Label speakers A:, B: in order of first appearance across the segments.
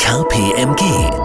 A: KPMG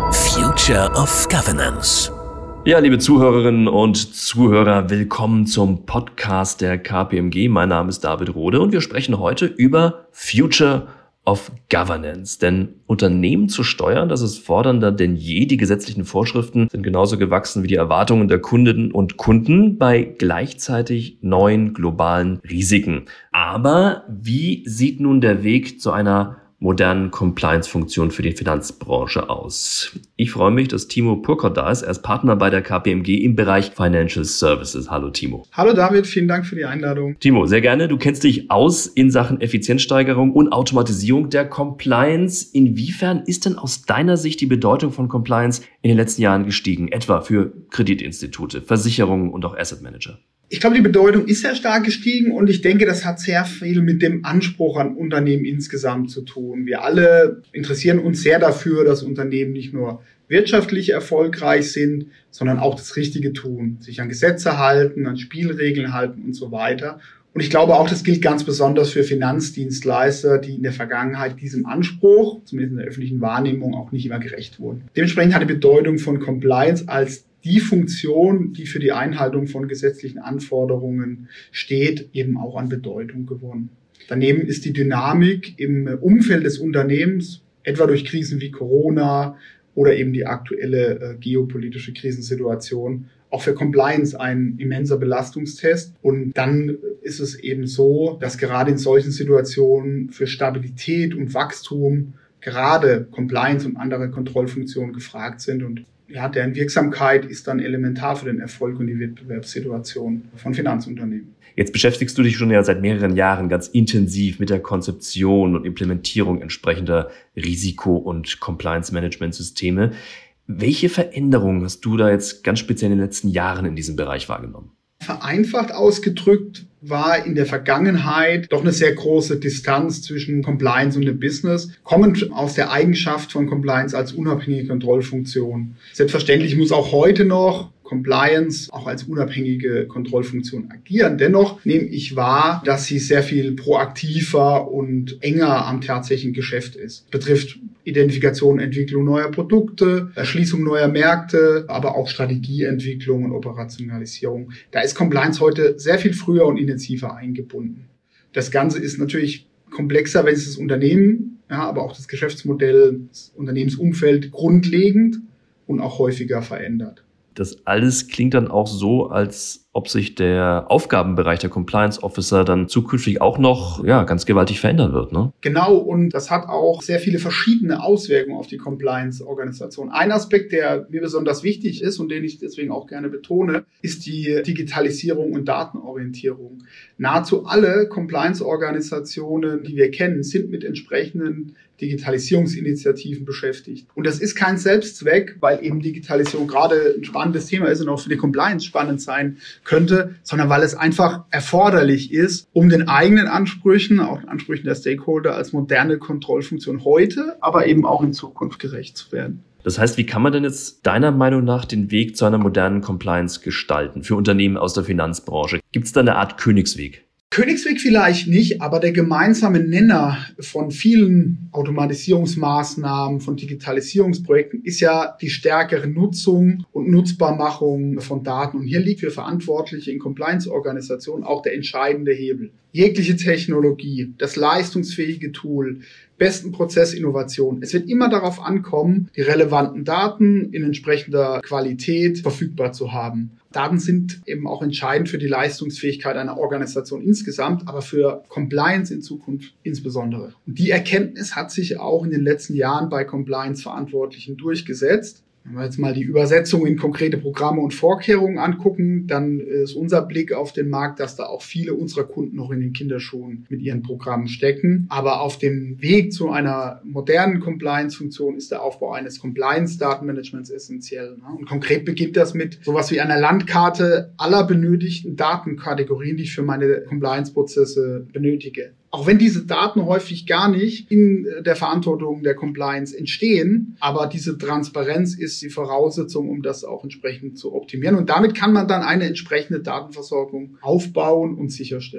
A: Future of Governance.
B: Ja, liebe Zuhörerinnen und Zuhörer, willkommen zum Podcast der KPMG. Mein Name ist David Rode und wir sprechen heute über Future of Governance. Denn Unternehmen zu steuern, das ist fordernder denn je. Die gesetzlichen Vorschriften sind genauso gewachsen wie die Erwartungen der Kundinnen und Kunden bei gleichzeitig neuen globalen Risiken. Aber wie sieht nun der Weg zu einer modernen Compliance-Funktion für die Finanzbranche aus? Ich freue mich, dass Timo Purkott da ist. Er ist Partner bei der KPMG im Bereich Financial Services. Hallo Timo.
C: Hallo David, vielen Dank für die Einladung.
B: Timo, sehr gerne. Du kennst dich aus in Sachen Effizienzsteigerung und Automatisierung der Compliance. Inwiefern ist denn aus deiner Sicht die Bedeutung von Compliance in den letzten Jahren gestiegen, etwa für Kreditinstitute, Versicherungen und auch Asset Manager?
C: Ich glaube, die Bedeutung ist sehr stark gestiegen und ich denke, das hat sehr viel mit dem Anspruch an Unternehmen insgesamt zu tun. Wir alle interessieren uns sehr dafür, dass Unternehmen nicht nur wirtschaftlich erfolgreich sind, sondern auch das Richtige tun, sich an Gesetze halten, an Spielregeln halten und so weiter. Und ich glaube auch, das gilt ganz besonders für Finanzdienstleister, die in der Vergangenheit diesem Anspruch, zumindest in der öffentlichen Wahrnehmung, auch nicht immer gerecht wurden. Dementsprechend hat die Bedeutung von Compliance als die Funktion, die für die Einhaltung von gesetzlichen Anforderungen steht, eben auch an Bedeutung gewonnen. Daneben ist die Dynamik im Umfeld des Unternehmens, etwa durch Krisen wie Corona oder eben die aktuelle geopolitische Krisensituation, auch für Compliance ein immenser Belastungstest. Und dann ist es eben so, dass gerade in solchen Situationen für Stabilität und Wachstum gerade Compliance und andere Kontrollfunktionen gefragt sind. Und ja, deren Wirksamkeit ist dann elementar für den Erfolg und die Wettbewerbssituation von Finanzunternehmen.
B: Jetzt beschäftigst du dich schon ja seit mehreren Jahren ganz intensiv mit der Konzeption und Implementierung entsprechender Risiko- und Compliance-Management-Systeme. Welche Veränderungen hast du da jetzt ganz speziell in den letzten Jahren in diesem Bereich wahrgenommen?
C: Vereinfacht ausgedrückt war in der Vergangenheit doch eine sehr große Distanz zwischen Compliance und dem Business, kommend aus der Eigenschaft von Compliance als unabhängige Kontrollfunktion. Selbstverständlich muss auch heute noch Compliance auch als unabhängige Kontrollfunktion agieren. Dennoch nehme ich wahr, dass sie sehr viel proaktiver und enger am tatsächlichen Geschäft ist. Betrifft Identifikation, Entwicklung neuer Produkte, Erschließung neuer Märkte, aber auch Strategieentwicklung und Operationalisierung. Da ist Compliance heute sehr viel früher und intensiver eingebunden. Das Ganze ist natürlich komplexer, wenn es das Unternehmen, aber auch das Geschäftsmodell, das Unternehmensumfeld grundlegend und auch häufiger verändert.
B: Das alles klingt dann auch so, als ob sich der Aufgabenbereich der Compliance Officer dann zukünftig auch noch ganz gewaltig verändern wird, ne?
C: Genau, und das hat auch sehr viele verschiedene Auswirkungen auf die Compliance-Organisation. Ein Aspekt, der mir besonders wichtig ist und den ich deswegen auch gerne betone, ist die Digitalisierung und Datenorientierung. Nahezu alle Compliance-Organisationen, die wir kennen, sind mit entsprechenden Digitalisierungsinitiativen beschäftigt. Und das ist kein Selbstzweck, weil eben Digitalisierung gerade ein spannendes Thema ist und auch für die Compliance spannend sein könnte, sondern weil es einfach erforderlich ist, um den eigenen Ansprüchen, auch den Ansprüchen der Stakeholder als moderne Kontrollfunktion heute, aber eben auch in Zukunft gerecht zu werden.
B: Das heißt, wie kann man denn jetzt deiner Meinung nach den Weg zu einer modernen Compliance gestalten für Unternehmen aus der Finanzbranche? Gibt es da eine Art Königsweg?
C: Königsweg vielleicht nicht, aber der gemeinsame Nenner von vielen Automatisierungsmaßnahmen, von Digitalisierungsprojekten ist ja die stärkere Nutzung und Nutzbarmachung von Daten. Und hier liegt für Verantwortliche in Compliance-Organisationen auch der entscheidende Hebel. Jegliche Technologie, das leistungsfähige Tool, besten Prozessinnovation. Es wird immer darauf ankommen, die relevanten Daten in entsprechender Qualität verfügbar zu haben. Daten sind eben auch entscheidend für die Leistungsfähigkeit einer Organisation insgesamt, aber für Compliance in Zukunft insbesondere. Und die Erkenntnis hat sich auch in den letzten Jahren bei Compliance-Verantwortlichen durchgesetzt. Wenn wir jetzt mal die Übersetzung in konkrete Programme und Vorkehrungen angucken, dann ist unser Blick auf den Markt, dass da auch viele unserer Kunden noch in den Kinderschuhen mit ihren Programmen stecken. Aber auf dem Weg zu einer modernen Compliance-Funktion ist der Aufbau eines Compliance-Datenmanagements essentiell. Und konkret beginnt das mit sowas wie einer Landkarte aller benötigten Datenkategorien, die ich für meine Compliance-Prozesse benötige. Auch wenn diese Daten häufig gar nicht in der Verantwortung der Compliance entstehen, aber diese Transparenz ist die Voraussetzung, um das auch entsprechend zu optimieren. Und damit kann man dann eine entsprechende Datenversorgung aufbauen und sicherstellen.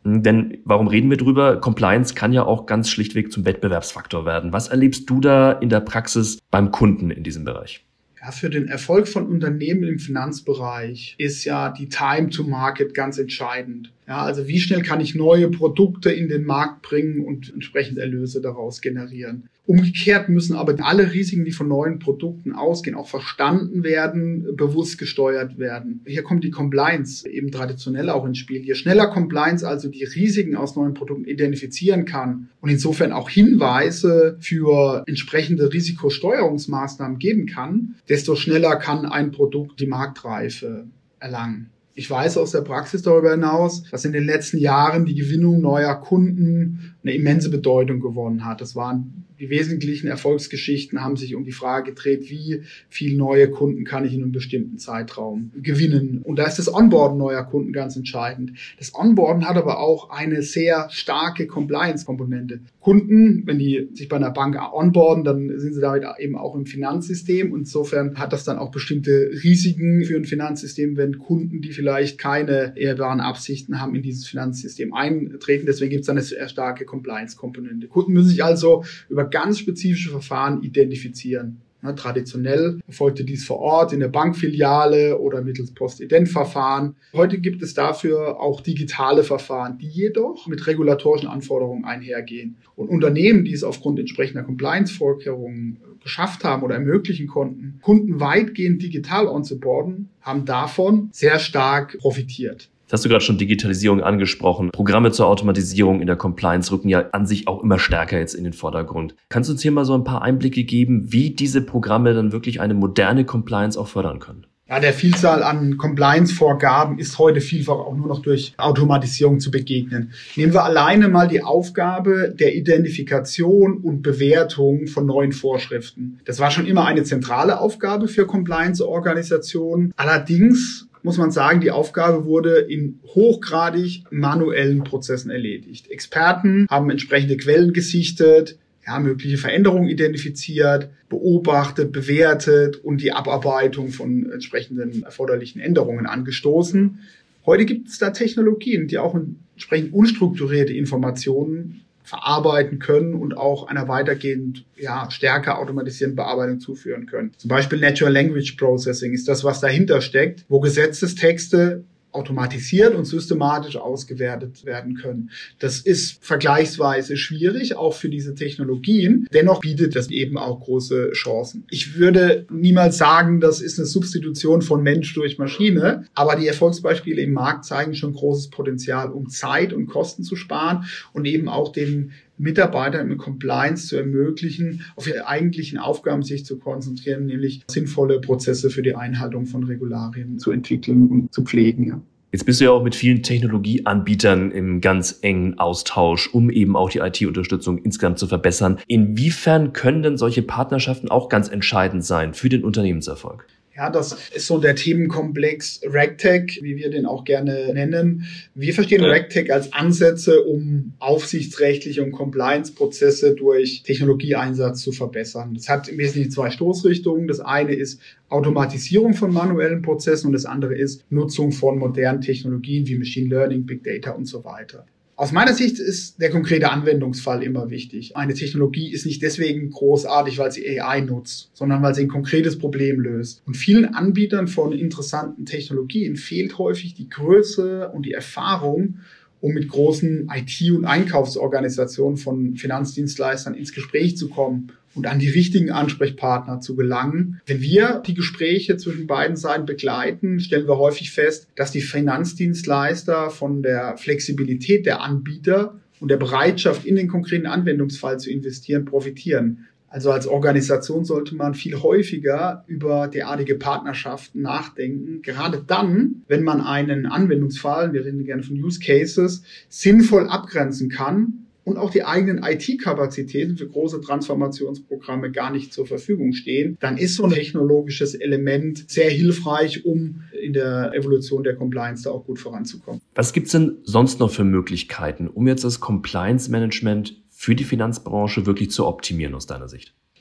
B: Denn warum reden wir drüber? Compliance kann ja auch ganz schlichtweg zum Wettbewerbsfaktor werden. Was erlebst du da in der Praxis beim Kunden in diesem Bereich?
C: Ja, für den Erfolg von Unternehmen im Finanzbereich ist ja die Time to Market ganz entscheidend. Ja, also wie schnell kann ich neue Produkte in den Markt bringen und entsprechend Erlöse daraus generieren. Umgekehrt müssen aber alle Risiken, die von neuen Produkten ausgehen, auch verstanden werden, bewusst gesteuert werden. Hier kommt die Compliance eben traditionell auch ins Spiel. Je schneller Compliance also die Risiken aus neuen Produkten identifizieren kann und insofern auch Hinweise für entsprechende Risikosteuerungsmaßnahmen geben kann, desto schneller kann ein Produkt die Marktreife erlangen. Ich weiß aus der Praxis darüber hinaus, dass in den letzten Jahren die Gewinnung neuer Kunden eine immense Bedeutung gewonnen hat. Das waren die wesentlichen Erfolgsgeschichten, haben sich um die Frage gedreht, wie viele neue Kunden kann ich in einem bestimmten Zeitraum gewinnen. Und da ist das Onboarden neuer Kunden ganz entscheidend. Das Onboarden hat aber auch eine sehr starke Compliance-Komponente. Kunden, wenn die sich bei einer Bank onboarden, dann sind sie damit eben auch im Finanzsystem. Insofern hat das dann auch bestimmte Risiken für ein Finanzsystem, wenn Kunden, die vielleicht keine ehrbaren Absichten haben, in dieses Finanzsystem eintreten. Deswegen gibt es dann eine sehr starke Compliance-Komponente. Kunden müssen sich also über ganz spezifische Verfahren identifizieren. Ja, traditionell erfolgte dies vor Ort in der Bankfiliale oder mittels Postident-Verfahren. Heute gibt es dafür auch digitale Verfahren, die jedoch mit regulatorischen Anforderungen einhergehen. Und Unternehmen, die es aufgrund entsprechender Compliance-Vorkehrungen geschafft haben oder ermöglichen konnten, Kunden weitgehend digital onzuboarden, haben davon sehr stark profitiert.
B: Das hast du gerade schon Digitalisierung angesprochen. Programme zur Automatisierung in der Compliance rücken ja an sich auch immer stärker jetzt in den Vordergrund. Kannst du uns hier mal so ein paar Einblicke geben, wie diese Programme dann wirklich eine moderne Compliance auch fördern können?
C: Ja, der Vielzahl an Compliance-Vorgaben ist heute vielfach auch nur noch durch Automatisierung zu begegnen. Nehmen wir alleine mal die Aufgabe der Identifikation und Bewertung von neuen Vorschriften. Das war schon immer eine zentrale Aufgabe für Compliance-Organisationen. Allerdings muss man sagen, die Aufgabe wurde in hochgradig manuellen Prozessen erledigt. Experten haben entsprechende Quellen gesichtet, mögliche Veränderungen identifiziert, beobachtet, bewertet und die Abarbeitung von entsprechenden erforderlichen Änderungen angestoßen. Heute gibt es da Technologien, die auch entsprechend unstrukturierte Informationen verarbeiten können und auch einer weitergehend stärker automatisierten Bearbeitung zuführen können. Zum Beispiel Natural Language Processing ist das, was dahinter steckt, wo Gesetzestexte automatisiert und systematisch ausgewertet werden können. Das ist vergleichsweise schwierig, auch für diese Technologien. Dennoch bietet das eben auch große Chancen. Ich würde niemals sagen, das ist eine Substitution von Mensch durch Maschine, aber die Erfolgsbeispiele im Markt zeigen schon großes Potenzial, um Zeit und Kosten zu sparen und eben auch den Mitarbeitern mit Compliance zu ermöglichen, auf ihre eigentlichen Aufgaben sich zu konzentrieren, nämlich sinnvolle Prozesse für die Einhaltung von Regularien zu entwickeln und zu pflegen. Ja.
B: Jetzt bist du ja auch mit vielen Technologieanbietern im ganz engen Austausch, um eben auch die IT-Unterstützung insgesamt zu verbessern. Inwiefern können denn solche Partnerschaften auch ganz entscheidend sein für den Unternehmenserfolg?
C: Ja, das ist so der Themenkomplex RegTech, wie wir den auch gerne nennen. Wir verstehen RegTech als Ansätze, um aufsichtsrechtliche und Compliance-Prozesse durch Technologieeinsatz zu verbessern. Das hat im Wesentlichen zwei Stoßrichtungen. Das eine ist Automatisierung von manuellen Prozessen und das andere ist Nutzung von modernen Technologien wie Machine Learning, Big Data und so weiter. Aus meiner Sicht ist der konkrete Anwendungsfall immer wichtig. Eine Technologie ist nicht deswegen großartig, weil sie AI nutzt, sondern weil sie ein konkretes Problem löst. Und vielen Anbietern von interessanten Technologien fehlt häufig die Größe und die Erfahrung, um mit großen IT- und Einkaufsorganisationen von Finanzdienstleistern ins Gespräch zu kommen und an die richtigen Ansprechpartner zu gelangen. Wenn wir die Gespräche zwischen beiden Seiten begleiten, stellen wir häufig fest, dass die Finanzdienstleister von der Flexibilität der Anbieter und der Bereitschaft, in den konkreten Anwendungsfall zu investieren, profitieren. Also als Organisation sollte man viel häufiger über derartige Partnerschaften nachdenken. Gerade dann, wenn man einen Anwendungsfall, wir reden gerne von Use Cases, sinnvoll abgrenzen kann und auch die eigenen IT-Kapazitäten für große Transformationsprogramme gar nicht zur Verfügung stehen, dann ist so ein technologisches Element sehr hilfreich, um in der Evolution der Compliance da auch gut voranzukommen.
B: Was gibt's denn sonst noch für Möglichkeiten, um jetzt das Compliance-Management für die Finanzbranche wirklich zu optimieren aus deiner Sicht?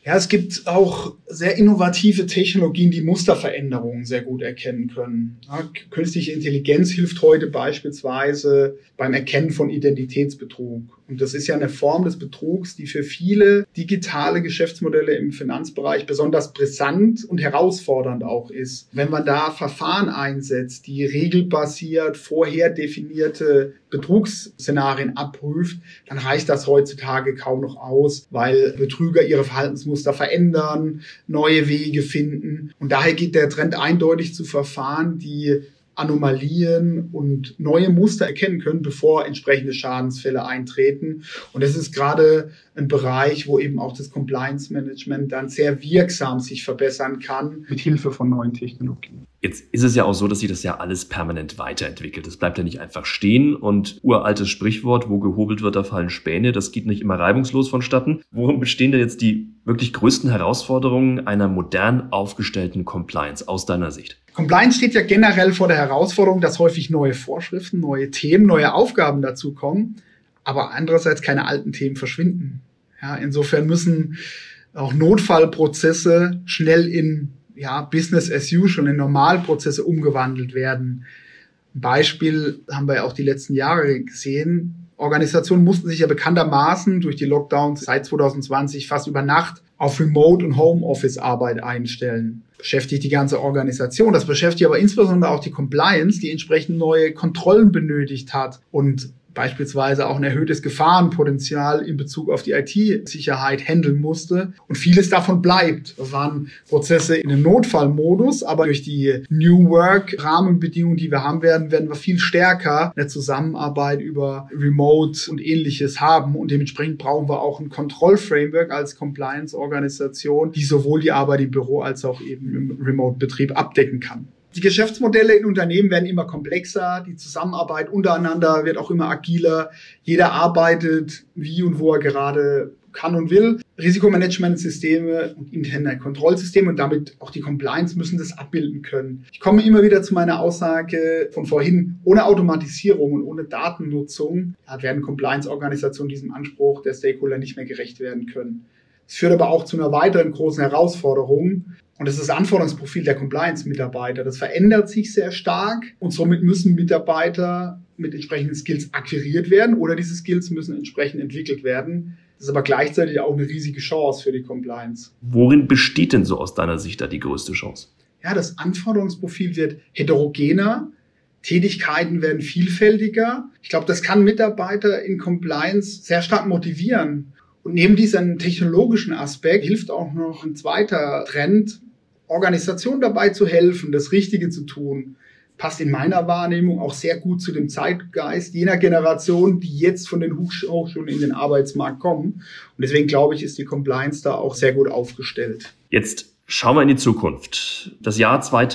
C: Ja, es gibt auch sehr innovative Technologien, die Musterveränderungen sehr gut erkennen können. Ja, künstliche Intelligenz hilft heute beispielsweise beim Erkennen von Identitätsbetrug. Und das ist ja eine Form des Betrugs, die für viele digitale Geschäftsmodelle im Finanzbereich besonders brisant und herausfordernd auch ist. Wenn man da Verfahren einsetzt, die regelbasiert vorher definierte Betrugsszenarien abprüft, dann reicht das heutzutage kaum noch aus, weil Betrüger ihre Verhaltensmuster verändern, neue Wege finden. Und daher geht der Trend eindeutig zu Verfahren, die Anomalien und neue Muster erkennen können, bevor entsprechende Schadensfälle eintreten. Und das ist gerade ein Bereich, wo eben auch das Compliance-Management dann sehr wirksam sich verbessern kann, mit Hilfe von neuen Technologien.
B: Jetzt ist es ja auch so, dass sich das ja alles permanent weiterentwickelt. Es bleibt ja nicht einfach stehen und uraltes Sprichwort, wo gehobelt wird, da fallen Späne. Das geht nicht immer reibungslos vonstatten. Worin bestehen denn jetzt die wirklich größten Herausforderungen einer modern aufgestellten Compliance aus deiner Sicht?
C: Compliance steht ja generell vor der Herausforderung, dass häufig neue Vorschriften, neue Themen, neue Aufgaben dazukommen, aber andererseits keine alten Themen verschwinden. Ja, insofern müssen auch Notfallprozesse schnell in Business as usual, in Normalprozesse umgewandelt werden. Ein Beispiel haben wir ja auch die letzten Jahre gesehen. Organisationen mussten sich ja bekanntermaßen durch die Lockdowns seit 2020 fast über Nacht auf Remote- und Homeoffice-Arbeit einstellen. Beschäftigt die ganze Organisation. Das beschäftigt aber insbesondere auch die Compliance, die entsprechend neue Kontrollen benötigt hat und beispielsweise auch ein erhöhtes Gefahrenpotenzial in Bezug auf die IT-Sicherheit handeln musste. Und vieles davon bleibt. Das waren Prozesse in einem Notfallmodus, aber durch die New Work-Rahmenbedingungen, die wir haben werden wir viel stärker eine Zusammenarbeit über Remote und Ähnliches haben. Und dementsprechend brauchen wir auch ein Kontrollframework als Compliance-Organisation, die sowohl die Arbeit im Büro als auch eben im Remote-Betrieb abdecken kann. Die Geschäftsmodelle in Unternehmen werden immer komplexer, die Zusammenarbeit untereinander wird auch immer agiler. Jeder arbeitet, wie und wo er gerade kann und will. Risikomanagementsysteme und interne Kontrollsysteme und damit auch die Compliance müssen das abbilden können. Ich komme immer wieder zu meiner Aussage von vorhin, ohne Automatisierung und ohne Datennutzung werden Compliance-Organisationen diesem Anspruch der Stakeholder nicht mehr gerecht werden können. Es führt aber auch zu einer weiteren großen Herausforderung. Und das ist das Anforderungsprofil der Compliance-Mitarbeiter. Das verändert sich sehr stark und somit müssen Mitarbeiter mit entsprechenden Skills akquiriert werden oder diese Skills müssen entsprechend entwickelt werden. Das ist aber gleichzeitig auch eine riesige Chance für die Compliance.
B: Worin besteht denn so aus deiner Sicht da die größte Chance?
C: Ja, das Anforderungsprofil wird heterogener. Tätigkeiten werden vielfältiger. Ich glaube, das kann Mitarbeiter in Compliance sehr stark motivieren. Und neben diesem technologischen Aspekt hilft auch noch ein zweiter Trend, Organisationen dabei zu helfen, das Richtige zu tun. Passt in meiner Wahrnehmung auch sehr gut zu dem Zeitgeist jener Generation, die jetzt von den Hochschulen in den Arbeitsmarkt kommen. Und deswegen glaube ich, ist die Compliance da auch sehr gut aufgestellt.
B: Jetzt schauen wir in die Zukunft. Das Jahr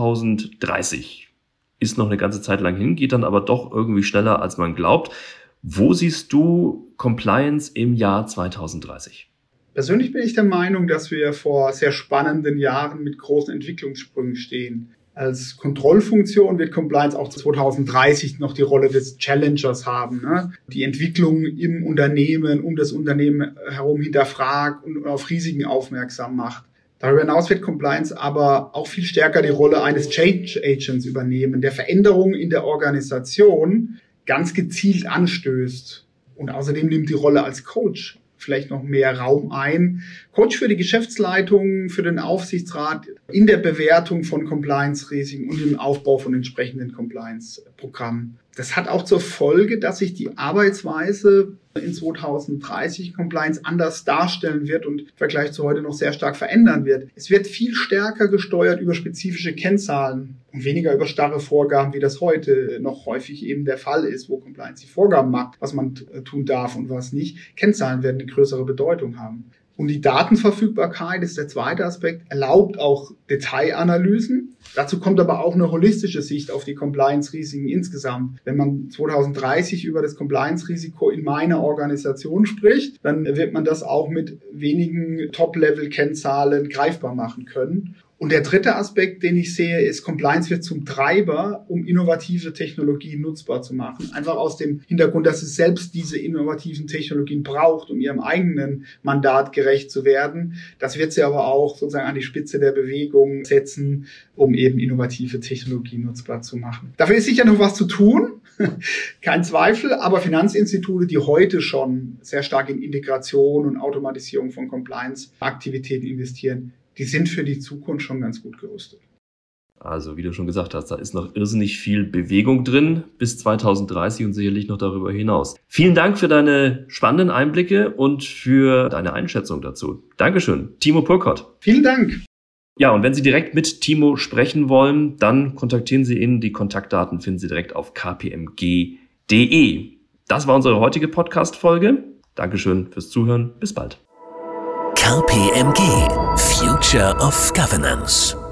B: 2030 ist noch eine ganze Zeit lang hin, geht dann aber doch irgendwie schneller, als man glaubt. Wo siehst du Compliance im Jahr 2030?
C: Persönlich bin ich der Meinung, dass wir vor sehr spannenden Jahren mit großen Entwicklungssprüngen stehen. Als Kontrollfunktion wird Compliance auch 2030 noch die Rolle des Challengers haben, ne? Die Entwicklung im Unternehmen, um das Unternehmen herum hinterfragt und auf Risiken aufmerksam macht. Darüber hinaus wird Compliance aber auch viel stärker die Rolle eines Change Agents übernehmen, der Veränderungen in der Organisation ganz gezielt anstößt. Und außerdem nimmt die Rolle als Coach vielleicht noch mehr Raum ein. Coach für die Geschäftsleitung, für den Aufsichtsrat in der Bewertung von Compliance-Risiken und im Aufbau von entsprechenden Compliance-Programmen. Das hat auch zur Folge, dass sich die Arbeitsweise in 2030 Compliance anders darstellen wird und im Vergleich zu heute noch sehr stark verändern wird. Es wird viel stärker gesteuert über spezifische Kennzahlen und weniger über starre Vorgaben, wie das heute noch häufig eben der Fall ist, wo Compliance die Vorgaben macht, was man tun darf und was nicht. Kennzahlen werden eine größere Bedeutung haben. Und die Datenverfügbarkeit ist der zweite Aspekt, erlaubt auch Detailanalysen. Dazu kommt aber auch eine holistische Sicht auf die Compliance-Risiken insgesamt. Wenn man 2030 über das Compliance-Risiko in meiner Organisation spricht, dann wird man das auch mit wenigen Top-Level-Kennzahlen greifbar machen können. Und der dritte Aspekt, den ich sehe, ist, Compliance wird zum Treiber, um innovative Technologien nutzbar zu machen. Einfach aus dem Hintergrund, dass es selbst diese innovativen Technologien braucht, um ihrem eigenen Mandat gerecht zu werden. Das wird sie aber auch sozusagen an die Spitze der Bewegung setzen, um eben innovative Technologien nutzbar zu machen. Dafür ist sicher noch was zu tun, kein Zweifel, aber Finanzinstitute, die heute schon sehr stark in Integration und Automatisierung von Compliance-Aktivitäten investieren, die sind für die Zukunft schon ganz gut gerüstet.
B: Also, wie du schon gesagt hast, da ist noch irrsinnig viel Bewegung drin bis 2030 und sicherlich noch darüber hinaus. Vielen Dank für deine spannenden Einblicke und für deine Einschätzung dazu. Dankeschön, Timo Purkott.
C: Vielen Dank.
B: Ja, und wenn Sie direkt mit Timo sprechen wollen, dann kontaktieren Sie ihn. Die Kontaktdaten finden Sie direkt auf kpmg.de. Das war unsere heutige Podcast-Folge. Dankeschön fürs Zuhören. Bis bald.
A: KPMG Future of Governance.